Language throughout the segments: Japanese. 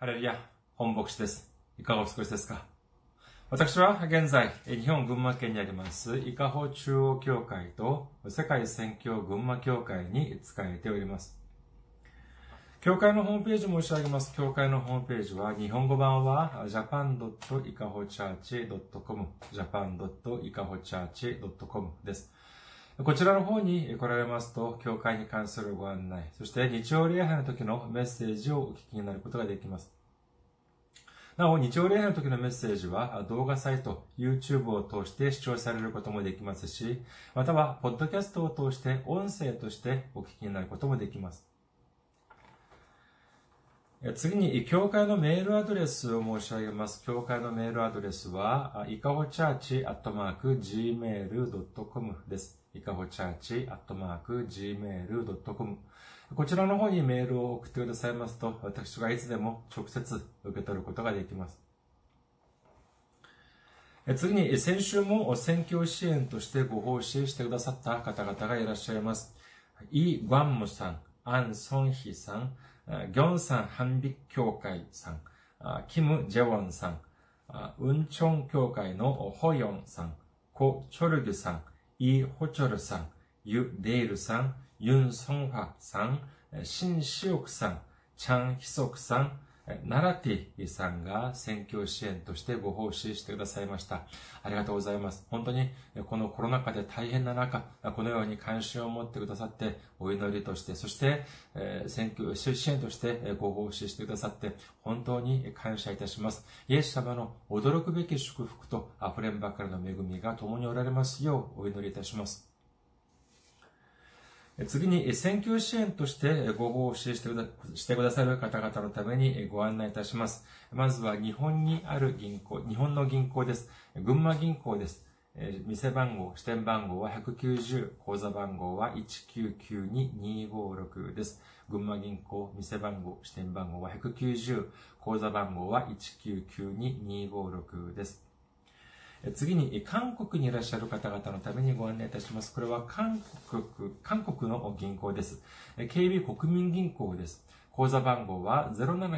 ハレルヤ、本牧師です。いかがお過ごしですか？私は現在、日本群馬県にあります、伊香保中央教会と世界宣教群馬教会に仕えております。教会のホームページ申し上げます。教会のホームページは、日本語版は japan.ikahochurch.com、japan.ikahochurch.com です。こちらの方に来られますと、教会に関するご案内、そして日曜礼拝の時のメッセージをお聞きになることができます。なお、日曜礼拝の時のメッセージは動画サイト、YouTube を通して視聴されることもできますし、または、ポッドキャストを通して音声としてお聞きになることもできます。次に、教会のメールアドレスを申し上げます。教会のメールアドレスは、ikahochurch@gmail.com です。ikahochurch@gmail.com。こちらの方にメールを送ってくださいますと、私がいつでも直接受け取ることができます。次に、先週も宣教支援としてご奉仕してくださった方々がいらっしゃいます。イ・グァンムさん、アン・ソンヒさん、ギョンサン・ハンビッ教会さん、キム・ジェウォンさん、ウンチョン教会のホヨンさん、コ・チョルギュさん、イ・ホチョルさん、ユ・デイルさん、ユン・ソンファさん、シン・シオクさん、チャン・ヒソクさん、ナラティさんが宣教支援としてご奉仕してくださいました。ありがとうございます。本当にこのコロナ禍で大変な中、このように関心を持ってくださって、お祈りとして、そして宣教支援としてご奉仕してくださって、本当に感謝いたします。イエス様の驚くべき祝福と溢れんばかりの恵みが共におられますようお祈りいたします。次に、宣教支援としてご奉仕してくださる方々のためにご案内いたします。まずは日本にある銀行、日本の銀行です。群馬銀行です。店番号、支店番号は190、口座番号は1992256です。群馬銀行、店番号、支店番号は190、口座番号は1992256です。次に、韓国にいらっしゃる方々のためにご案内いたします。これは韓国の銀行です。KB 国民銀行です。口座番号は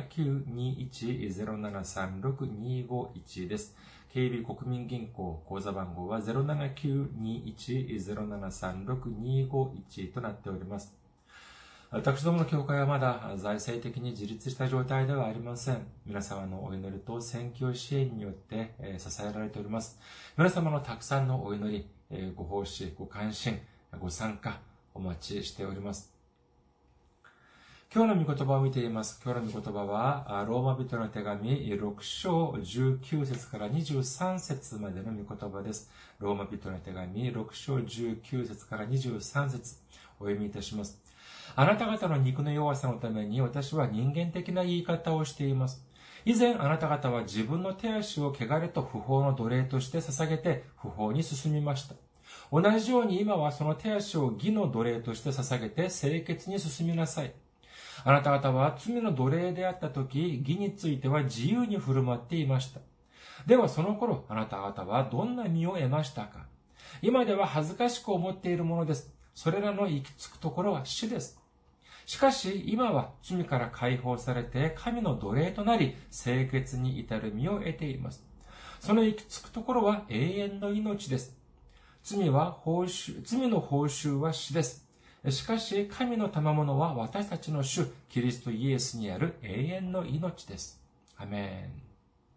07921-0736-251 です。KB 国民銀行、口座番号は 07921-0736-251 となっております。私どもの教会はまだ財政的に自立した状態ではありません。皆様のお祈りと宣教支援によって支えられております。皆様のたくさんのお祈り、ご奉仕、ご関心、ご参加、お待ちしております。今日の御言葉を見ています。今日の御言葉は、ローマ人の手紙6章19節から23節までの御言葉です。ローマ人の手紙6章19節から23節お読みいたします。あなた方の肉の弱さのために私は人間的な言い方をしています。以前あなた方は自分の手足を汚れと不法の奴隷として捧げて不法に進みました。同じように今はその手足を義の奴隷として捧げて清潔に進みなさい。あなた方は罪の奴隷であったとき、義については自由に振る舞っていました。ではその頃あなた方はどんな身を得ましたか？今では恥ずかしく思っているものです。それらの行き着くところは死です。しかし今は罪から解放されて神の奴隷となり清潔に至る身を得ています。その行き着くところは永遠の命です。罪の報酬は死です。しかし神の賜物は私たちの主キリストイエスにある永遠の命です。アメン。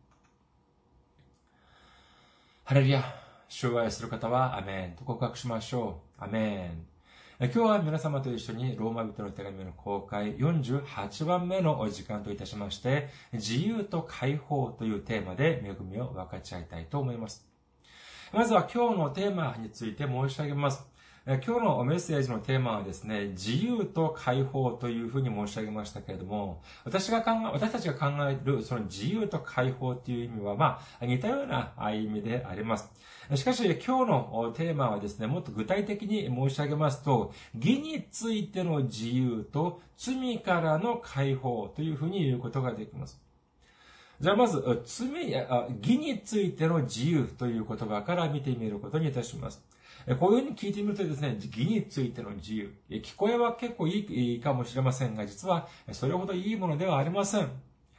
ハレルヤ。主を愛する方はアメンと告白しましょう。アメン。今日は皆様と一緒にローマ人の手紙の公開48番目のお時間といたしまして、自由と解放というテーマで恵みを分かち合いたいと思います。まずは今日のテーマについて申し上げます。今日のメッセージのテーマはですね、自由と解放というふうに申し上げましたけれども、私たちが考えるその自由と解放という意味は似たような意味であります。しかし今日のテーマはですね、もっと具体的に申し上げますと、義についての自由と罪からの解放というふうに言うことができます。じゃあまず、義についての自由という言葉から見てみることにいたします。こういうふうに聞いてみるとですね、義についての自由。聞こえは結構いいかもしれませんが、実はそれほどいいものではありません。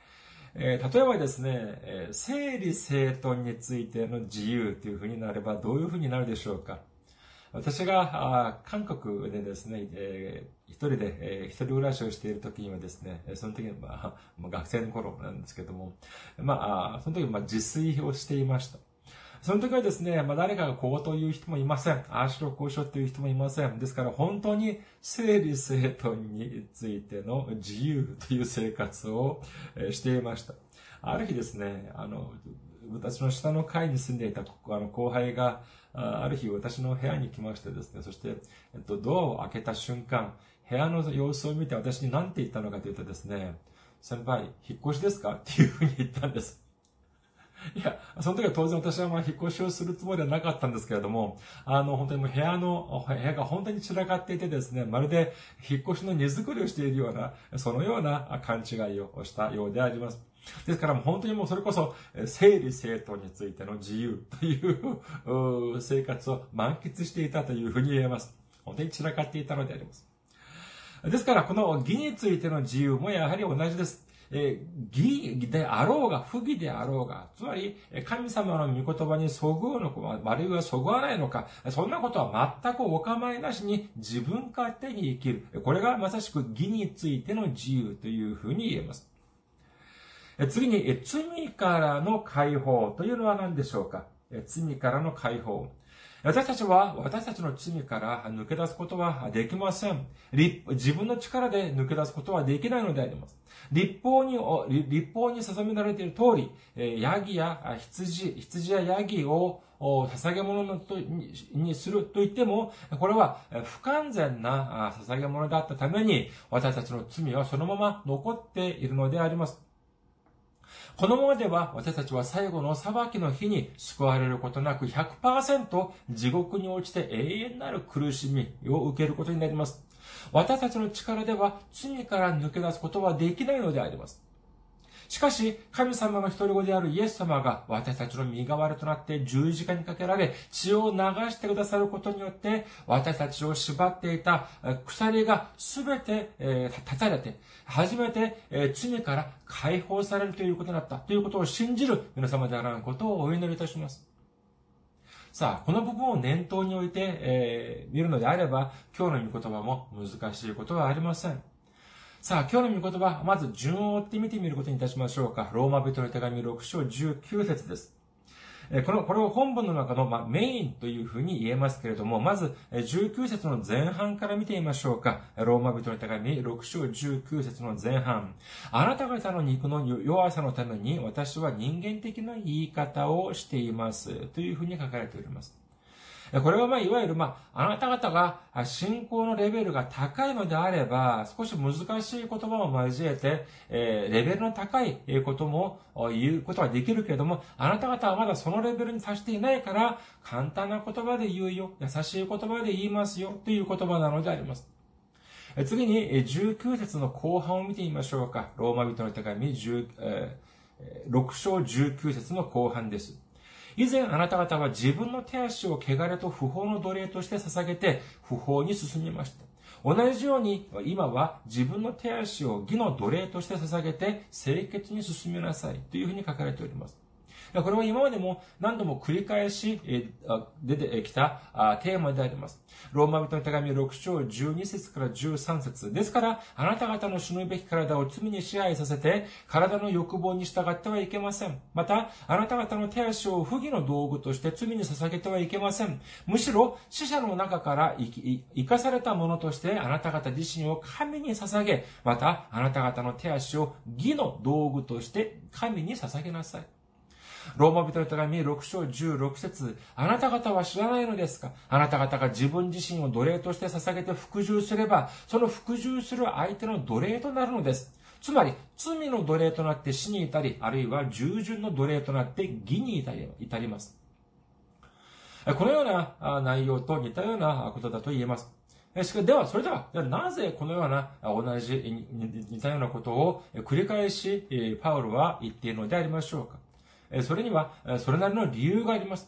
例えばですね、整理整頓についての自由というふうになればどういうふうになるでしょうか。私が韓国でですね、一人で、一人暮らしをしている時にはですね、その時に学生の頃なんですけども、その時自炊をしていました。その時はですね、誰かがこうという人もいません。ああしろこうしろという人もいません。ですから本当に整理整頓についての自由という生活をしていました。ある日ですね、私の下の階に住んでいた後輩が、ある日私の部屋に来ましてですね、そして、ドアを開けた瞬間、部屋の様子を見て私に何て言ったのかというとですね、先輩、引っ越しですかっていうふうに言ったんです。いや、その時は当然私は引っ越しをするつもりはなかったんですけれども、本当にもう部屋が本当に散らかっていてですね、まるで引っ越しの荷造りをしているような、そのような勘違いをしたようであります。ですからもう本当にもうそれこそ整理整頓についての自由という生活を満喫していたというふうに言えます。本当に散らかっていたのであります。ですからこの義についての自由もやはり同じです。義であろうが不義であろうが、つまり神様の御言葉にそぐうのか、あるいはそぐわないのか、そんなことは全くお構いなしに自分勝手に生きる。これがまさしく義についての自由というふうに言えます。次に、罪からの解放というのは何でしょうか。罪からの解放。私たちは私たちの罪から抜け出すことはできません。自分の力で抜け出すことはできないのであります。律法に定められている通り、ヤギや羊やヤギを捧げ物にすると言っても、これは不完全な捧げ物だったために、私たちの罪はそのまま残っているのであります。このままでは私たちは最後の裁きの日に救われることなく 100% 地獄に落ちて永遠なる苦しみを受けることになります。私たちの力では罪から抜け出すことはできないのであります。しかし、神様の一人子であるイエス様が私たちの身代わりとなって十字架にかけられ、血を流してくださることによって、私たちを縛っていた鎖がすべて断たれて、初めて罪から解放されるということになったということを信じる皆様であらぬことをお祈りいたします。さあ、この部分を念頭に置いて、見るのであれば、今日の御言葉も難しいことはありません。さあ、今日の御言葉、まず順を追って見てみることにいたしましょうか。ローマ人の手紙6章19節です。これを本文の中の、メインというふうに言えますけれども、まず19節の前半から見てみましょうか。ローマ人の手紙6章19節の前半。あなた方の肉の弱さのために私は人間的な言い方をしています。というふうに書かれております。これはいわゆる、あなた方が信仰のレベルが高いのであれば、少し難しい言葉を交えて、レベルの高いことも言うことはできるけれども、あなた方はまだそのレベルに達していないから、簡単な言葉で言うよ、優しい言葉で言いますよ、という言葉なのであります。次に、19節の後半を見てみましょうか。ローマ人の手紙6章19節の後半です。以前あなた方は自分の手足を汚れと不法の奴隷として捧げて不法に進みました。同じように今は自分の手足を義の奴隷として捧げて清潔に進めなさいというふうに書かれております。これは今までも何度も繰り返し出てきたテーマであります。ローマ人の手紙6章12節から13節ですから、あなた方の死ぬべき体を罪に支配させて、体の欲望に従ってはいけません。また、あなた方の手足を不義の道具として罪に捧げてはいけません。むしろ、死者の中から生かされたものとして、あなた方自身を神に捧げ、また、あなた方の手足を義の道具として神に捧げなさい。ローマ人の手紙6章16節あなた方は知らないのですか？あなた方が自分自身を奴隷として捧げて服従すれば、その服従する相手の奴隷となるのです。つまり、罪の奴隷となって死に至り、あるいは従順の奴隷となって義に至ります。このような内容と似たようなことだと言えます。では、なぜこのような似たようなことを繰り返しパウロは言っているのでありましょうか？それには、それなりの理由があります。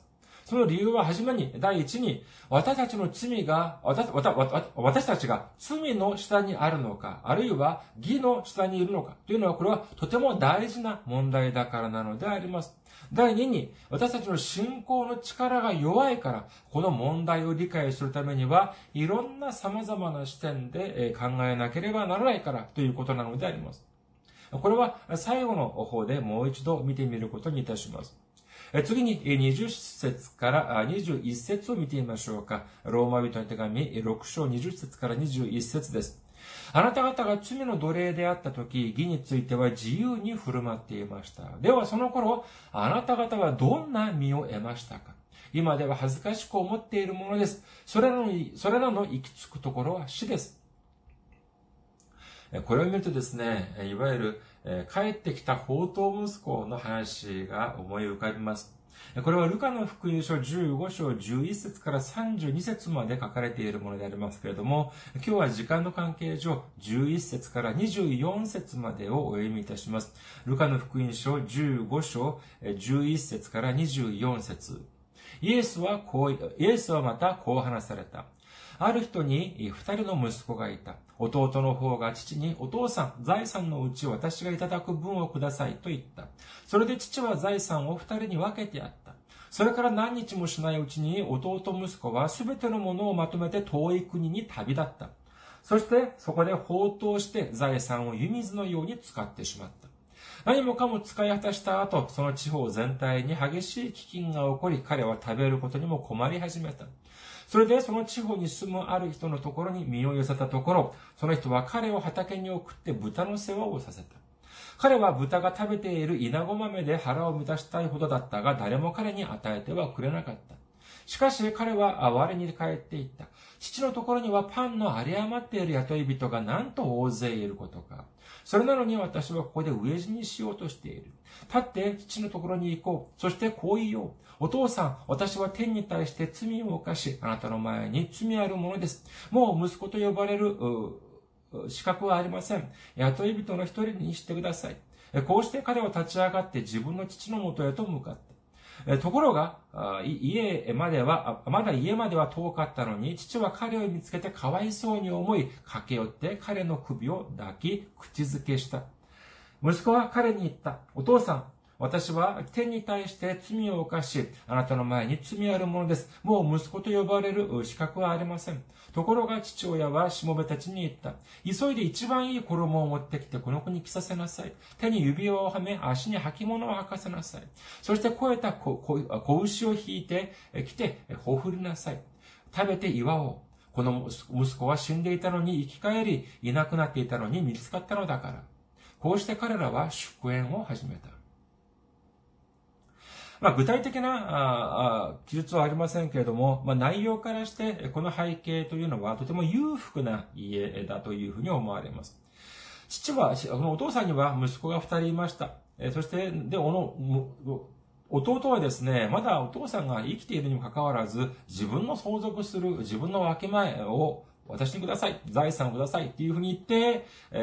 その理由は初めに、第一に、私たちが罪の下にあるのか、あるいは義の下にいるのかというのは、これはとても大事な問題だからなのであります。第二に、私たちの信仰の力が弱いから、この問題を理解するためには、いろんな様々な視点で考えなければならないからということなのであります。これは最後の方でもう一度見てみることにいたします。次に20節から21節を見てみましょうか。ローマ人の手紙6章20節から21節です。あなた方が罪の奴隷であったとき、義については自由に振る舞っていました。ではその頃、あなた方はどんな身を得ましたか？今では恥ずかしく思っているものです。それらの行き着くところは死です。これを見るとですね、いわゆる帰ってきた放蕩息子の話が思い浮かびます。これはルカの福音書15章11節から32節まで書かれているものでありますけれども、今日は時間の関係上11節から24節までをお読みいたします。ルカの福音書15章11節から24節。イエスはまたこう話された。ある人に二人の息子がいた。弟の方が父に、お父さん、財産のうち私がいただく分をくださいと言った。それで父は財産を二人に分けてやった。それから何日もしないうちに弟息子はすべてのものをまとめて遠い国に旅立った。そしてそこで放蕩して財産を湯水のように使ってしまった。何もかも使い果たした後、その地方全体に激しい飢饉が起こり、彼は食べることにも困り始めた。それでその地方に住むある人のところに身を寄せたところ、その人は彼を畑に送って豚の世話をさせた。彼は豚が食べている稲子豆で腹を満たしたいほどだったが、誰も彼に与えてはくれなかった。しかし彼は我に帰っていった。父のところにはパンの有り余っている雇い人がなんと大勢いることか。それなのに私はここで飢え死にしようとしている。立って父のところに行こう。そしてこう言おう。お父さん、私は天に対して罪を犯し、あなたの前に罪あるものです。もう息子と呼ばれる資格はありません。雇い人の一人にしてください。こうして彼は立ち上がって自分の父のもとへと向かった。ところが、まだ家までは遠かったのに、父は彼を見つけてかわいそうに思い、駆け寄って彼の首を抱き、口づけした。息子は彼に言った。お父さん、私は天に対して罪を犯し、あなたの前に罪あるものです。もう息子と呼ばれる資格はありません。ところが父親はしもべたちに言った。急いで一番いい衣を持ってきてこの子に着させなさい。手に指輪をはめ、足に履物を履かせなさい。そして肥えた子牛を引いて来てほふりなさい。食べて祝おう。この息子は死んでいたのに生き返り、いなくなっていたのに見つかったのだから。こうして彼らは祝宴を始めた。具体的な記述はありませんけれども、内容からしてこの背景というのはとても裕福な家だというふうに思われます。このお父さんには息子が2人いました。そして、弟はですね、まだお父さんが生きているにもかかわらず、自分の相続する自分の分け前を私にください、財産をくださいっていうふうに言って、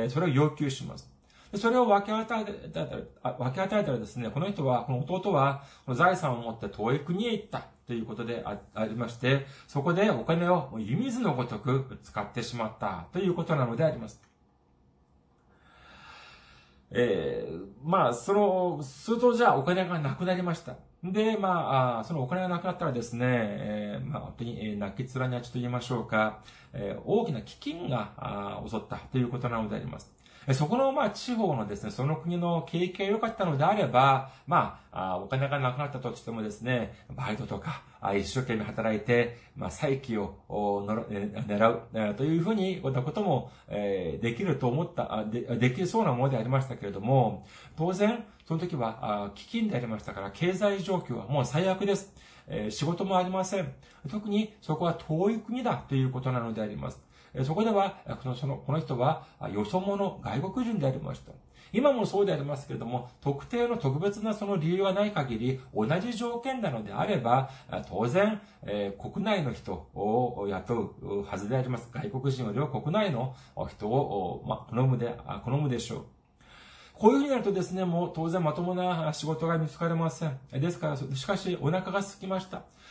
それを要求します。それを分け与えたらですね、この弟は、この財産を持って遠い国へ行ったということでありまして、そこでお金を湯水のごとく使ってしまったということなのであります。するとじゃあお金がなくなりました。で、そのお金がなくなったらですね、本当に泣き面にはちょっと言いましょうか、大きな飢饉が襲ったということなのであります。そこの地方のですね、その国の景気が良かったのであれば、お金がなくなったとしてもですね、バイトとか、一生懸命働いて、再起を狙うというふうに、こともできると思った、できそうなものでありましたけれども、当然、その時は飢饉でありましたから、経済状況はもう最悪です。仕事もありません。特にそこは遠い国だということなのであります。そこでは、この人は、よそ者、外国人でありました。今もそうでありますけれども、特定の特別なその理由がない限り、同じ条件なのであれば、当然、国内の人を雇うはずであります。外国人よりは国内の人を、好むでしょう。こういうふうになるとですね、もう当然まともな仕事が見つかりません。ですから、しかしお腹が空きました。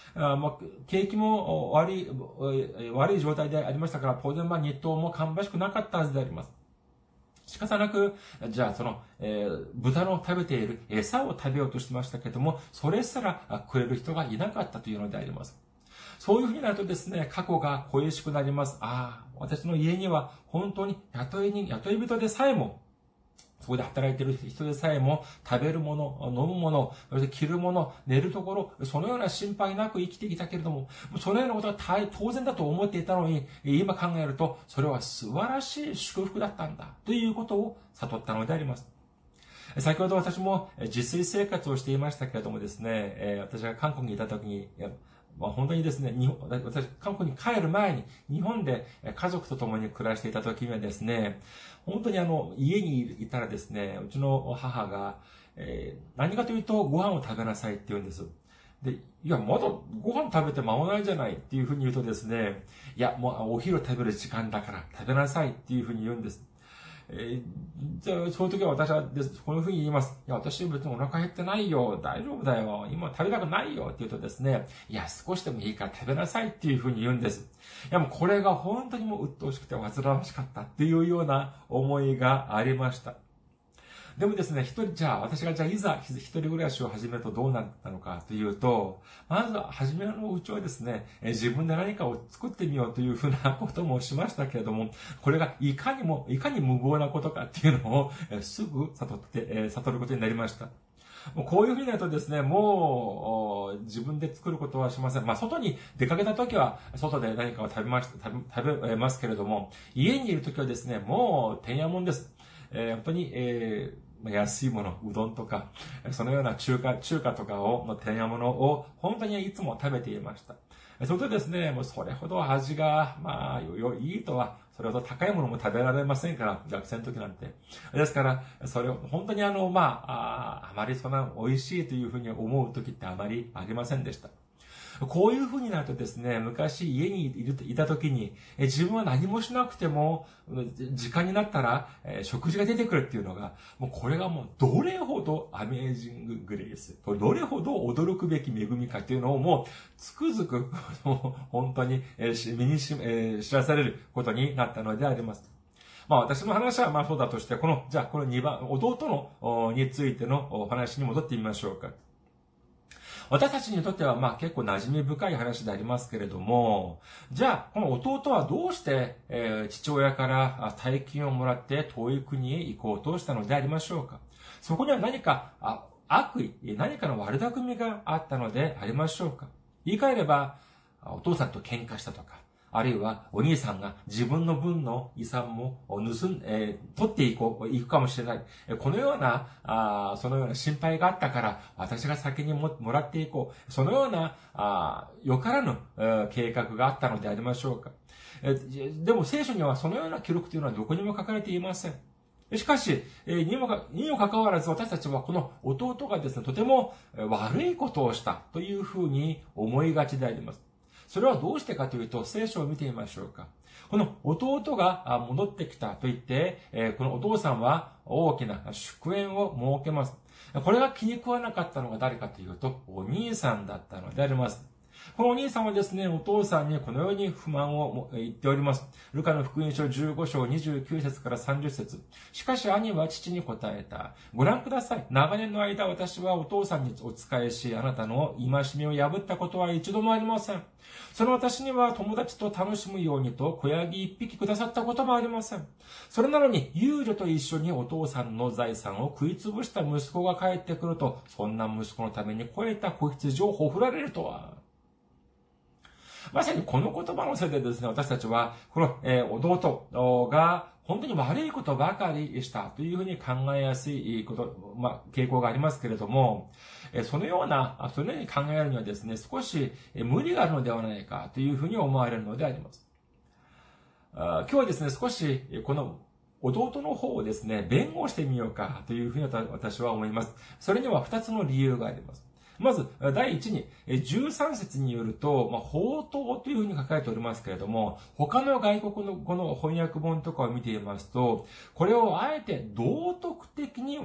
景気も悪い状態でありましたから、当然日当も芳しくなかったはずであります。仕方なく、じゃあ豚の食べている餌を食べようとしてましたけれども、それすらくれる人がいなかったというのであります。そういうふうになるとですね、過去が恋しくなります。私の家には本当に雇い人でさえも、そこで働いている人でさえも、食べるもの、飲むもの、そして着るもの、寝るところ、そのような心配なく生きてきたけれども、そのようなことが当然だと思っていたのに、今考えると、それは素晴らしい祝福だったんだ、ということを悟ったのであります。先ほど私も自炊生活をしていましたけれどもですね、私が韓国にいた時に、本当にですね、私、韓国に帰る前に、日本で家族と共に暮らしていた時にはですね、本当に家にいたらですね、うちの母が、何かというと、ご飯を食べなさいって言うんです。で、いや、まだご飯食べて間もないじゃないっていうふうに言うとですね、いや、もうお昼食べる時間だから食べなさいっていうふうに言うんです。じゃあ、そういう時は私はこういうふうに言います。いや、私別にお腹減ってないよ。大丈夫だよ。今食べたくないよ。って言うとですね、いや、少しでもいいから食べなさいっていうふうに言うんです。いや、もうこれが本当にもう鬱陶しくて煩わしかったっていうような思いがありました。でもですね、私がいざ一人暮らしを始めるとどうなったのかというと、まずは初めのうちはですね、自分で何かを作ってみようというふうなこともしましたけれども、これがいかに無謀なことかっていうのをすぐ悟ることになりました。もうこういうふうになるとですね、もう自分で作ることはしません。外に出かけた時は、外で何かを食べますけれども、家にいる時はですね、もう、てんやもんです。本当に、安いもの、うどんとか、そのような中華とかのてんやものを本当にいつも食べていました。それとですね、もうそれほど味が、いいとは、それほど高いものも食べられませんから、学生の時なんて。ですから、それを本当にあまりそんな美味しいというふうに思う時ってあまりありませんでした。こういう風になるとですね、昔家にいた時に、自分は何もしなくても、時間になったら、食事が出てくるっていうのが、もうこれがもうどれほどアメージンググレイス、どれほど驚くべき恵みかっていうのをもうつくづく本当に身に知らされることになったのであります。私の話はそうだとして、この2番、弟についてのお話に戻ってみましょうか。私たちにとっては結構馴染み深い話でありますけれども、じゃあこの弟はどうして、父親から大金をもらって遠い国へ行こうとしたのでありましょうか。そこには何か悪意、何かの悪巧みがあったのでありましょうか。言い換えれば、お父さんと喧嘩したとか、あるいはお兄さんが自分の分の遺産も取っていくかもしれない。このような、そのような心配があったから、私が先にもらっていこう。そのような、よからぬ計画があったのでありましょうか。でも聖書にはそのような記録というのはどこにも書かれていません。しかし、にもかかわらず私たちはこの弟がですね、とても悪いことをしたというふうに思いがちであります。それはどうしてかというと、聖書を見てみましょうか。この弟が戻ってきたと言って、このお父さんは大きな祝宴を設けます。これが気に食わなかったのが誰かというと、お兄さんだったのであります。このお兄さんはですね、お父さんにこのように不満を言っております。ルカの福音書15章29節から30節。しかし兄は父に答えた。ご覧ください。長年の間私はお父さんにお仕えし、あなたの戒めを破ったことは一度もありません。その私には友達と楽しむようにと子ヤギ一匹くださったこともありません。それなのに、遊女と一緒にお父さんの財産を食いつぶした息子が帰ってくると、そんな息子のために肥えた子羊をほふられるとは。まさにこの言葉のせいでですね、私たちは、この、弟が本当に悪いことばかりしたというふうに考えやすいこと、傾向がありますけれども、そのように考えるにはですね、少し無理があるのではないかというふうに思われるのであります。今日はですね、少しこの弟の方をですね、弁護してみようかというふうに私は思います。それには2つの理由があります。まず、第一に、13節によると、宝刀というふうに書かれておりますけれども、他の外国の語の翻訳本とかを見ていますと、これをあえて道徳的に分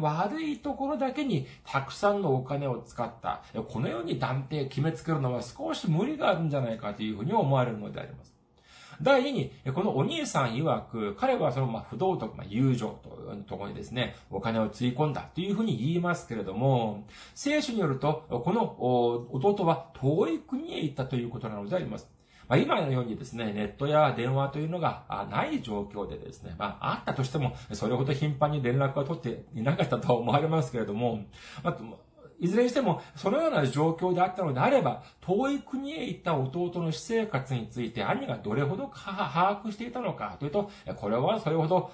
悪いところだけにたくさんのお金を使った。このように断定決めつけるのは少し無理があるんじゃないかというふうに思われるのであります。第2に、このお兄さん曰く、彼はその不道徳、友情というところにですね、お金をつぎ込んだというふうに言いますけれども、聖書によると、この弟は遠い国へ行ったということなのであります。今のようにですね、ネットや電話というのがない状況でですね、あったとしても、それほど頻繁に連絡は取っていなかったと思われますけれども、いずれにしても、そのような状況であったのであれば、遠い国へ行った弟の私生活について兄がどれほど把握していたのかというと、これはそれほど、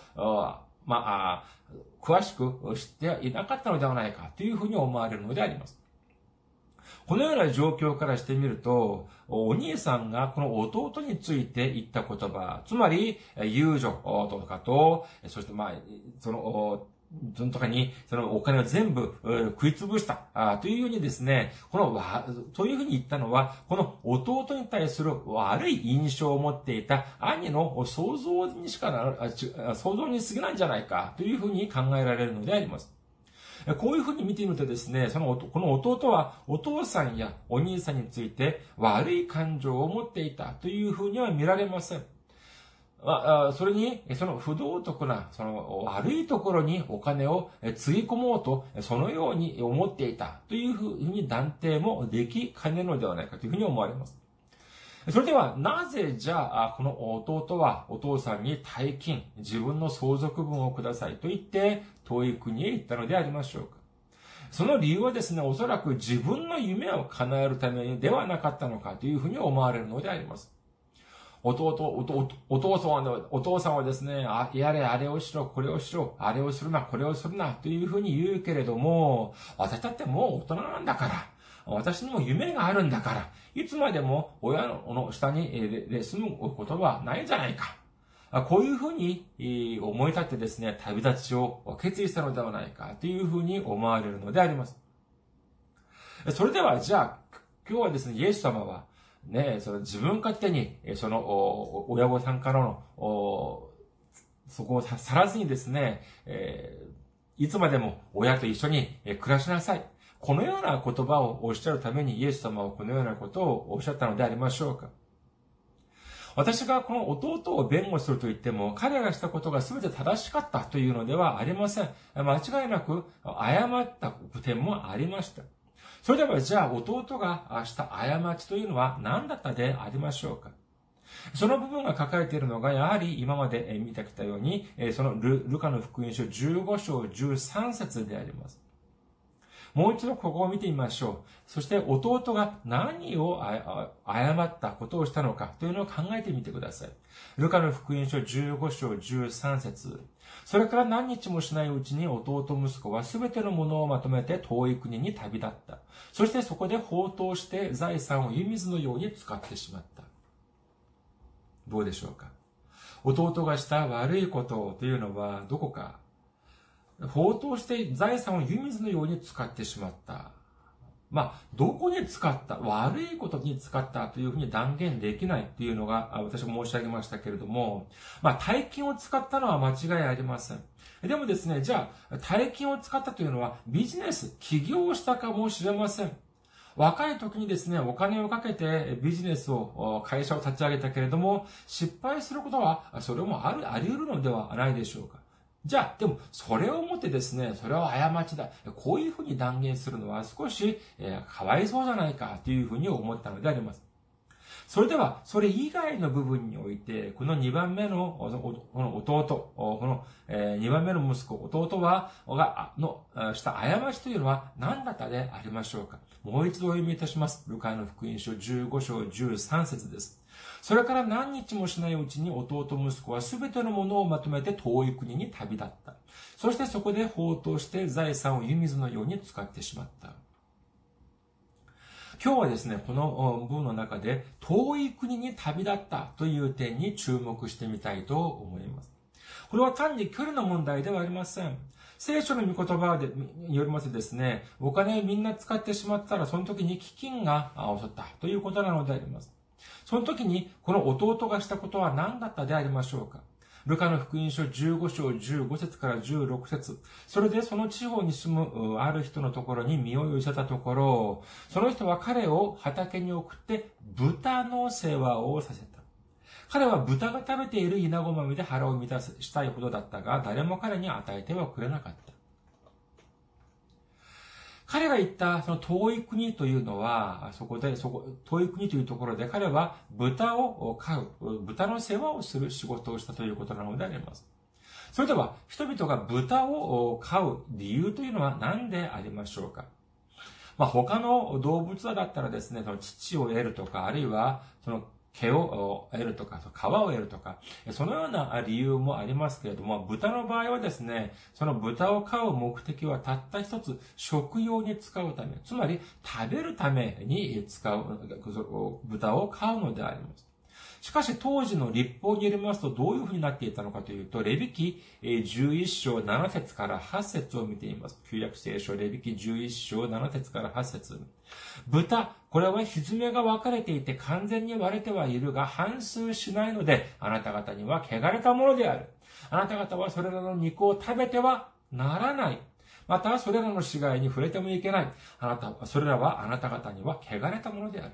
詳しく知っていなかったのではないかというふうに思われるのであります。このような状況からしてみると、お兄さんがこの弟について言った言葉、つまり、友情とかと、そしてそのとかに、そのお金を全部食い潰したというようにですね、というふうに言ったのは、この弟に対する悪い印象を持っていた兄の想像に過ぎないんじゃないかというふうに考えられるのであります。こういうふうに見てみるとですね、この弟はお父さんやお兄さんについて悪い感情を持っていたというふうには見られません。それに、その不道徳な、その悪いところにお金をつぎ込もうと、そのように思っていたというふうに断定もできかねるのではないかというふうに思われます。それでは、なぜじゃあ、この弟はお父さんに大金、自分の相続分をくださいと言って、遠い国へ行ったのでありましょうか。その理由はですね、おそらく自分の夢を叶えるためではなかったのかというふうに思われるのであります。お父さんはですね、やれ、あれをしろ、これをしろ、あれをするな、これをするな、というふうに言うけれども、私だってもう大人なんだから、私にも夢があるんだから、いつまでも親の下に住むことはないんじゃないか。こういうふうに思い立ってですね、旅立ちを決意したのではないか、というふうに思われるのであります。それでは、じゃあ、今日はですね、イエス様は、その自分勝手に、その、親御さんからの、そこを去らずにですね、いつまでも親と一緒に暮らしなさい。このような言葉をおっしゃるためにイエス様はこのようなことをおっしゃったのでありましょうか。私がこの弟を弁護すると言っても、彼がしたことが全て正しかったというのではありません。間違いなく誤った点もありました。それではじゃあ弟がした過ちというのは何だったでありましょうか。その部分が書かれているのがやはり今まで見てきたように、そのルカの福音書15章13節であります。もう一度ここを見てみましょう。そして弟が何を誤ったことをしたのかというのを考えてみてください。ルカの福音書15章13節。それから何日もしないうちに弟息子はすべてのものをまとめて遠い国に旅立った。そしてそこで放蕩して財産を湯水のように使ってしまった。どうでしょうか。弟がした悪いことというのはどこか放蕩して財産を湯水のように使ってしまった。どこに使った悪いことに使ったというふうに断言できないというのが私も申し上げましたけれども、大金を使ったのは間違いありません。でもですね、じゃあ、大金を使ったというのはビジネス、起業をしたかもしれません。若い時にですね、お金をかけてビジネスを、会社を立ち上げたけれども、失敗することは、それもあり得るのではないでしょうか。じゃあ、でも、それをもってですね、それは過ちだ。こういうふうに断言するのは少し、かわいそうじゃないかというふうに思ったのであります。それでは、それ以外の部分において、この2番目の、この弟、この2番目の息子、弟した過ちというのは何だったでありましょうか。もう一度お読みいたします。ルカの福音書15章13節です。それから何日もしないうちに弟息子はすべてのものをまとめて遠い国に旅立った。そしてそこで放蕩して財産を湯水のように使ってしまった。今日はですね、この文の中で遠い国に旅立ったという点に注目してみたいと思います。これは単に距離の問題ではありません。聖書の御言葉によりますとですね、お金をみんな使ってしまったらその時に飢饉が襲ったということなのであります。その時にこの弟がしたことは何だったでありましょうか。 ルカの福音書15章15節から16節。それでその地方に住むある人のところに身を寄せたところ、その人は彼を畑に送って豚の世話をさせた。彼は豚が食べている稲子豆で腹を満たしたいほどだったが、誰も彼に与えてはくれなかった。彼が言ったその遠い国というのは、遠い国というところで彼は豚を飼う、豚の世話をする仕事をしたということなのであります。それでは、人々が豚を飼う理由というのは何でありましょうか。他の動物だったらですね、その乳を得るとか、あるいはその毛を得るとか、皮を得るとか、そのような理由もありますけれども、豚の場合はですね、その豚を飼う目的はたった一つ、食用に使うため、つまり食べるために使う、豚を飼うのであります。しかし当時の律法によりますとどういうふうになっていたのかというと、レビ記11章7節から8節を見ています。旧約聖書レビ記11章7節から8節。豚、これは蹄が分かれていて完全に割れてはいるが反数しないので、あなた方には汚れたものである。あなた方はそれらの肉を食べてはならない。またそれらの死骸に触れてもいけない。それらはあなた方には汚れたものである。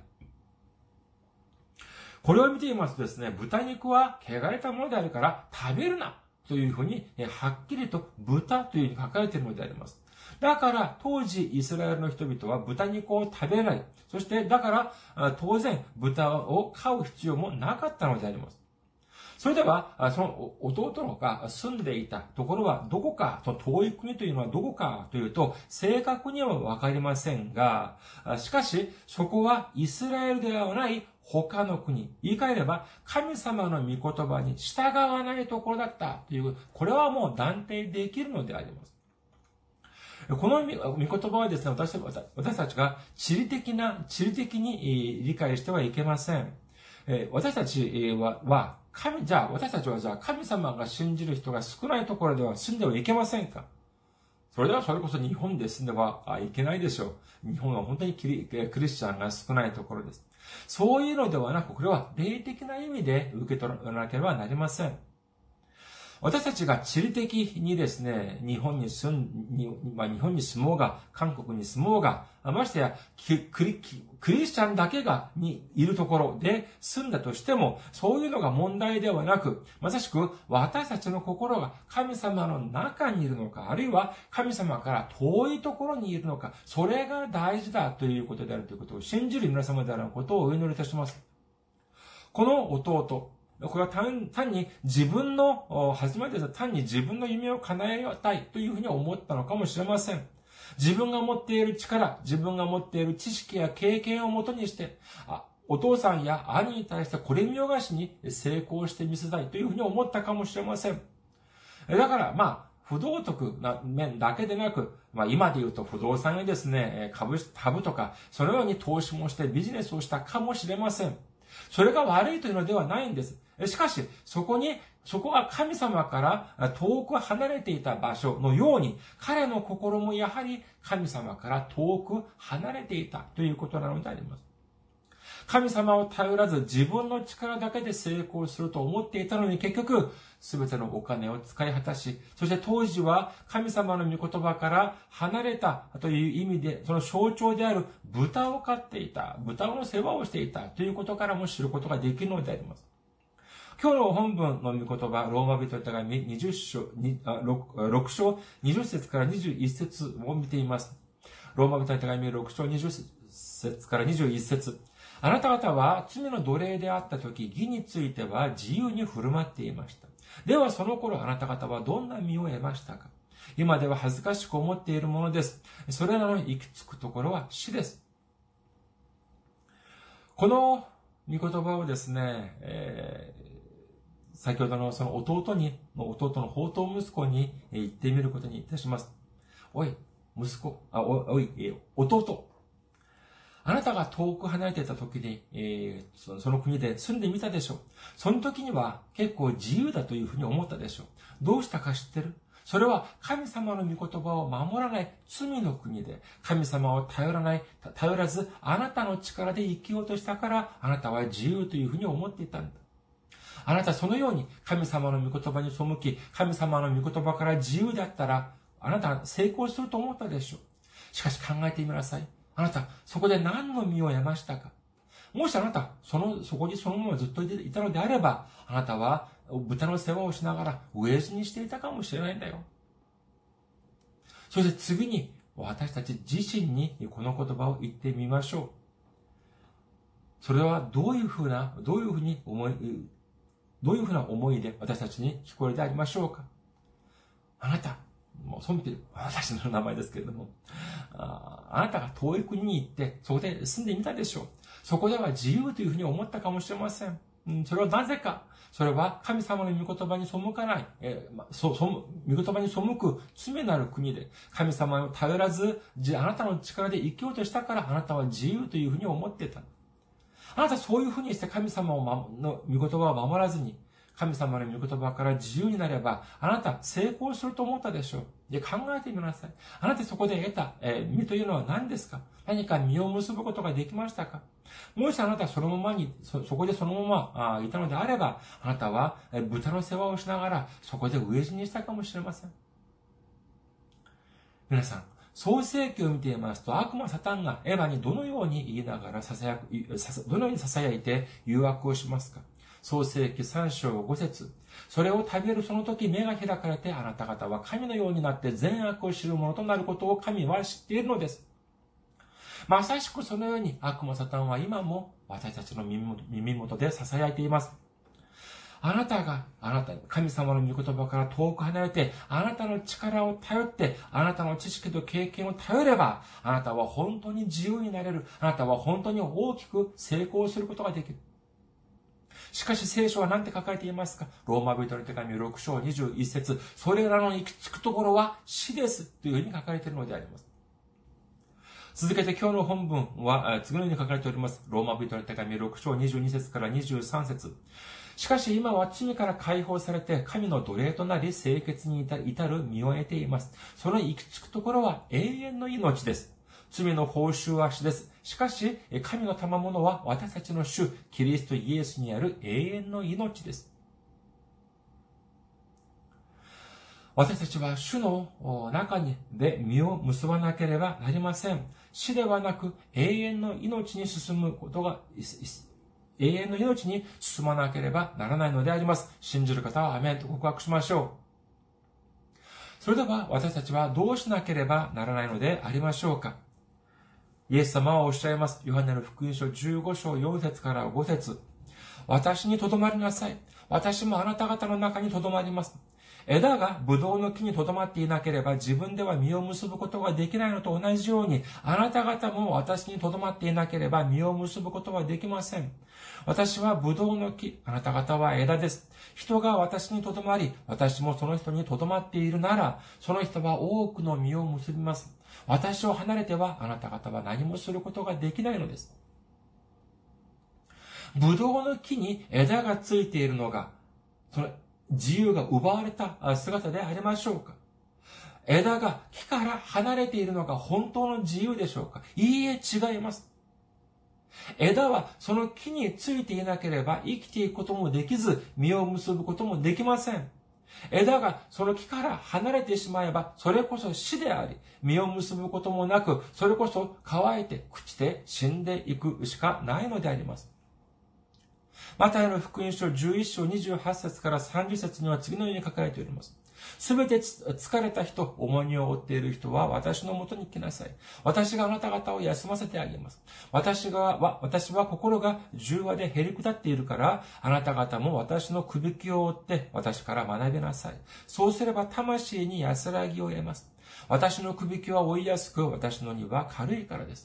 これを見ていますとですね、豚肉は汚れたものであるから食べるなというふうに、はっきりと豚というふうに書かれているのであります。だから当時イスラエルの人々は豚肉を食べない。そしてだから当然豚を飼う必要もなかったのであります。それでは、その弟が住んでいたところはどこか、その遠い国というのはどこかというと、正確にはわかりませんが、しかし、そこはイスラエルではない他の国。言い換えれば、神様の御言葉に従わないところだったという、これはもう断定できるのであります。この御言葉はですね、私たちが地理的に理解してはいけません。私たちは神様が信じる人が少ないところでは住んではいけませんか？それではそれこそ日本で住んではいけないでしょう。日本は本当にクリスチャンが少ないところです。そういうのではなく、これは霊的な意味で受け取らなければなりません。私たちが地理的にですね、日本に住もうが、韓国に住もうが、ましてやクリスチャンだけにいるところで住んだとしても、そういうのが問題ではなく、まさしく私たちの心が神様の中にいるのか、あるいは神様から遠いところにいるのか、それが大事だということであるということを信じる皆様であることをお祈りいたします。この弟、これは単に自分の夢を叶えたいというふうに思ったのかもしれません。自分が持っている力、自分が持っている知識や経験をもとにして、お父さんや兄に対してこれ見よがしに成功してみせたいというふうに思ったかもしれません。だから、不道徳な面だけでなく、今で言うと不動産にですね、株とか、そのように投資もしてビジネスをしたかもしれません。それが悪いというのではないんです。しかし、そこが神様から遠く離れていた場所のように、彼の心もやはり神様から遠く離れていたということなのであります。神様を頼らず自分の力だけで成功すると思っていたのに結局、すべてのお金を使い果たし、そして当時は神様の御言葉から離れたという意味で、その象徴である豚を飼っていた、豚の世話をしていたということからも知ることができるのであります。今日の本文の御言葉、ローマ人の手紙6章20節から21節を見ています。ローマ人の手紙6章20節から21節。あなた方は罪の奴隷であったとき、義については自由に振る舞っていました。ではその頃あなた方はどんな身を得ましたか？今では恥ずかしく思っているものです。それらの行き着くところは死です。この御言葉をですね、先ほどのその弟の宝刀息子に言ってみることにいたします。弟。あなたが遠く離れていた時に、その国で住んでみたでしょう。その時には結構自由だというふうに思ったでしょう。どうしたか知ってる？それは神様の御言葉を守らない罪の国で、神様を頼らずあなたの力で生きようとしたから、あなたは自由というふうに思っていたんだ。 あなたそのように神様の御言葉に背き、神様の御言葉から自由であったら、あなたは成功すると思ったでしょう。しかし考えてみなさい。あなた、そこで何の実を得ましたか？もしあなた、そこにそのままずっといたのであれば、あなたは豚の世話をしながら飢え死にしていたかもしれないんだよ。そして次に、私たち自身にこの言葉を言ってみましょう。それはどういうふうな思いで私たちに聞こえでありましょうか？あなた、もうソンピル、私の名前ですけれども、あなたが遠い国に行って、そこで住んでみたでしょう。そこでは自由というふうに思ったかもしれません。それはなぜか。それは神様の御言葉に背かない、御言葉に背く罪なる国で、神様を頼らず、あなたの力で生きようとしたから、あなたは自由というふうに思っていた。あなたそういうふうにして神様の御言葉を守らずに、神様の御言葉から自由になれば、あなた成功すると思ったでしょう。で、考えてみなさい。あなたそこで得た、実というのは何ですか？何か実を結ぶことができましたか？もしあなたそのままに、そこでそのままいたのであれば、あなたは豚の世話をしながら、そこで飢え死にしたかもしれません。皆さん、創世記を見ていますと、悪魔サタンがエヴァにどのように言いながらどのように囁いて誘惑をしますか？創世記3章5節。それを食べるその時目が開かれて、あなた方は神のようになって善悪を知るものとなることを神は知っているのです。まさしくそのように悪魔サタンは今も私たちの耳元で囁いています。あなた、神様の御言葉から遠く離れて、あなたの力を頼って、あなたの知識と経験を頼れば、あなたは本当に自由になれる。あなたは本当に大きく成功することができる。しかし聖書は何て書かれていますか？ローマ人の手紙6章21節。それらの行き着くところは死です。というふうに書かれているのであります。続けて今日の本文は次のように書かれております。ローマ人の手紙6章22節から23節。しかし今は罪から解放されて神の奴隷となり清潔に至る身を得ています。その行き着くところは永遠の命です。罪の報酬は死です。しかし神の賜物は私たちの主キリストイエスにある永遠の命です。私たちは主の中で実を結ばなければなりません。死ではなく永遠の命に進まなければならないのであります。信じる方はアメンと告白しましょう。それでは私たちはどうしなければならないのでありましょうか？イエス様はおっしゃいます。ヨハネの福音書15章4節から5節。私にとどまりなさい。私もあなた方の中にとどまります。枝がブドウの木にとどまっていなければ自分では実を結ぶことができないのと同じように、あなた方も私にとどまっていなければ実を結ぶことはできません。私はブドウの木、あなた方は枝です。人が私にとどまり、私もその人にとどまっているなら、その人は多くの実を結びます。私を離れてはあなた方は何もすることができないのです。ブドウの木に枝がついているのが、その自由が奪われた姿でありましょうか？枝が木から離れているのが本当の自由でしょうか？いいえ、違います。枝はその木についていなければ生きていくこともできず、実を結ぶこともできません。枝がその木から離れてしまえば、それこそ死であり、実を結ぶこともなく、それこそ乾いて朽ちて死んでいくしかないのであります。マタイの福音書11章28節から30節には次のように書かれております。すべて疲れた人、重荷を負っている人は私のもとに来なさい。私があなた方を休ませてあげます。私は心が柔和でへり下っているから、あなた方も私のくびきを追って私から学びなさい。そうすれば魂に安らぎを得ます。私のくびきは追いやすく、私の荷は軽いからです。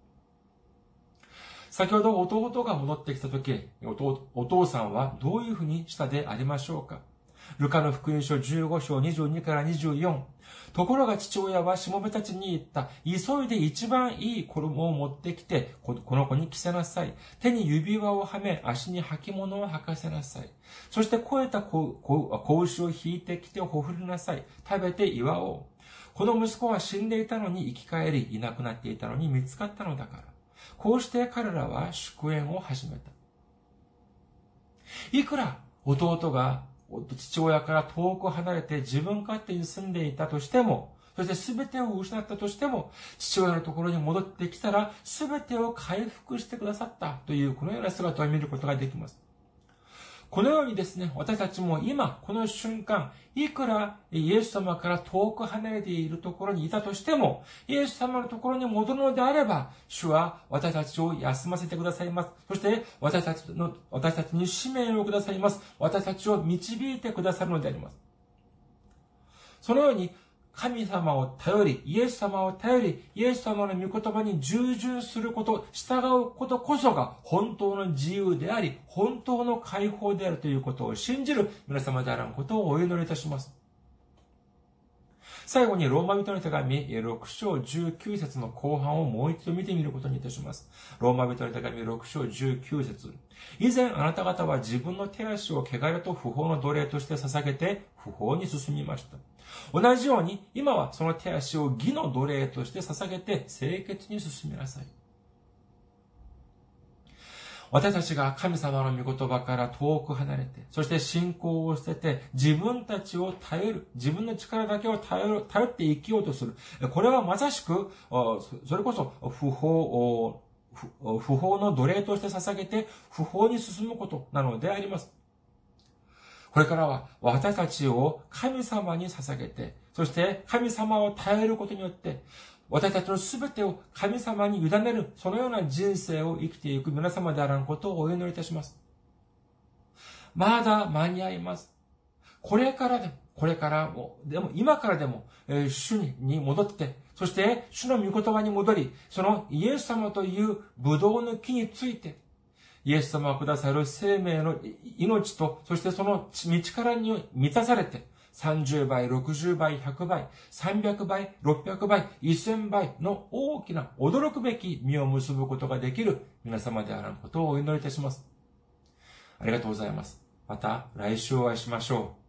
先ほど弟が戻ってきたとき、お父さんはどういうふうにしたでありましょうか？ルカの福音書15章22から24。ところが父親はしもべたちに言った。急いで一番いい衣を持ってきて、この子に着せなさい。手に指輪をはめ、足に履物を履かせなさい。そして肥えた子牛を引いてきてほふりなさい。食べて祝おう。この息子は死んでいたのに生き返り、いなくなっていたのに見つかったのだから。こうして彼らは祝宴を始めた。いくら弟が父親から遠く離れて自分勝手に住んでいたとしても、そして全てを失ったとしても、父親のところに戻ってきたら全てを回復してくださったというこのような姿を見ることができます。このようにですね、私たちも今、この瞬間、いくらイエス様から遠く離れているところにいたとしても、イエス様のところに戻るのであれば、主は私たちを休ませてくださいます。そして、私たちに使命をくださいます。私たちを導いてくださるのであります。そのように、神様を頼り、イエス様を頼り、イエス様の御言葉に従順すること、従うことこそが本当の自由であり、本当の解放であるということを信じる皆様であらんことをお祈りいたします。最後にローマ人の手紙6章19節の後半をもう一度見てみることにいたします。ローマ人の手紙6章19節。以前あなた方は自分の手足を汚れと不法の奴隷として捧げて不法に進みました。同じように今はその手足を義の奴隷として捧げて清潔に進みなさい。私たちが神様の御言葉から遠く離れて、そして信仰を捨てて、自分たちを頼る、自分の力だけを頼って生きようとする。これはまさしく、それこそ不法の奴隷として捧げて、不法に進むことなのであります。これからは私たちを神様に捧げて、そして神様を頼ることによって、私たちのすべてを神様に委ねる、そのような人生を生きていく皆様であらんことをお祈りいたします。まだ間に合います。今からでも、主に戻って、そして主の御言葉に戻り、そのイエス様というブドウの木について、イエス様がくださる生命の命と、そしてその道からに満たされて、30倍、60倍、100倍、300倍、600倍、1000倍の大きな驚くべき実を結ぶことができる皆様であらんことをお祈りいたします。ありがとうございます。また来週お会いしましょう。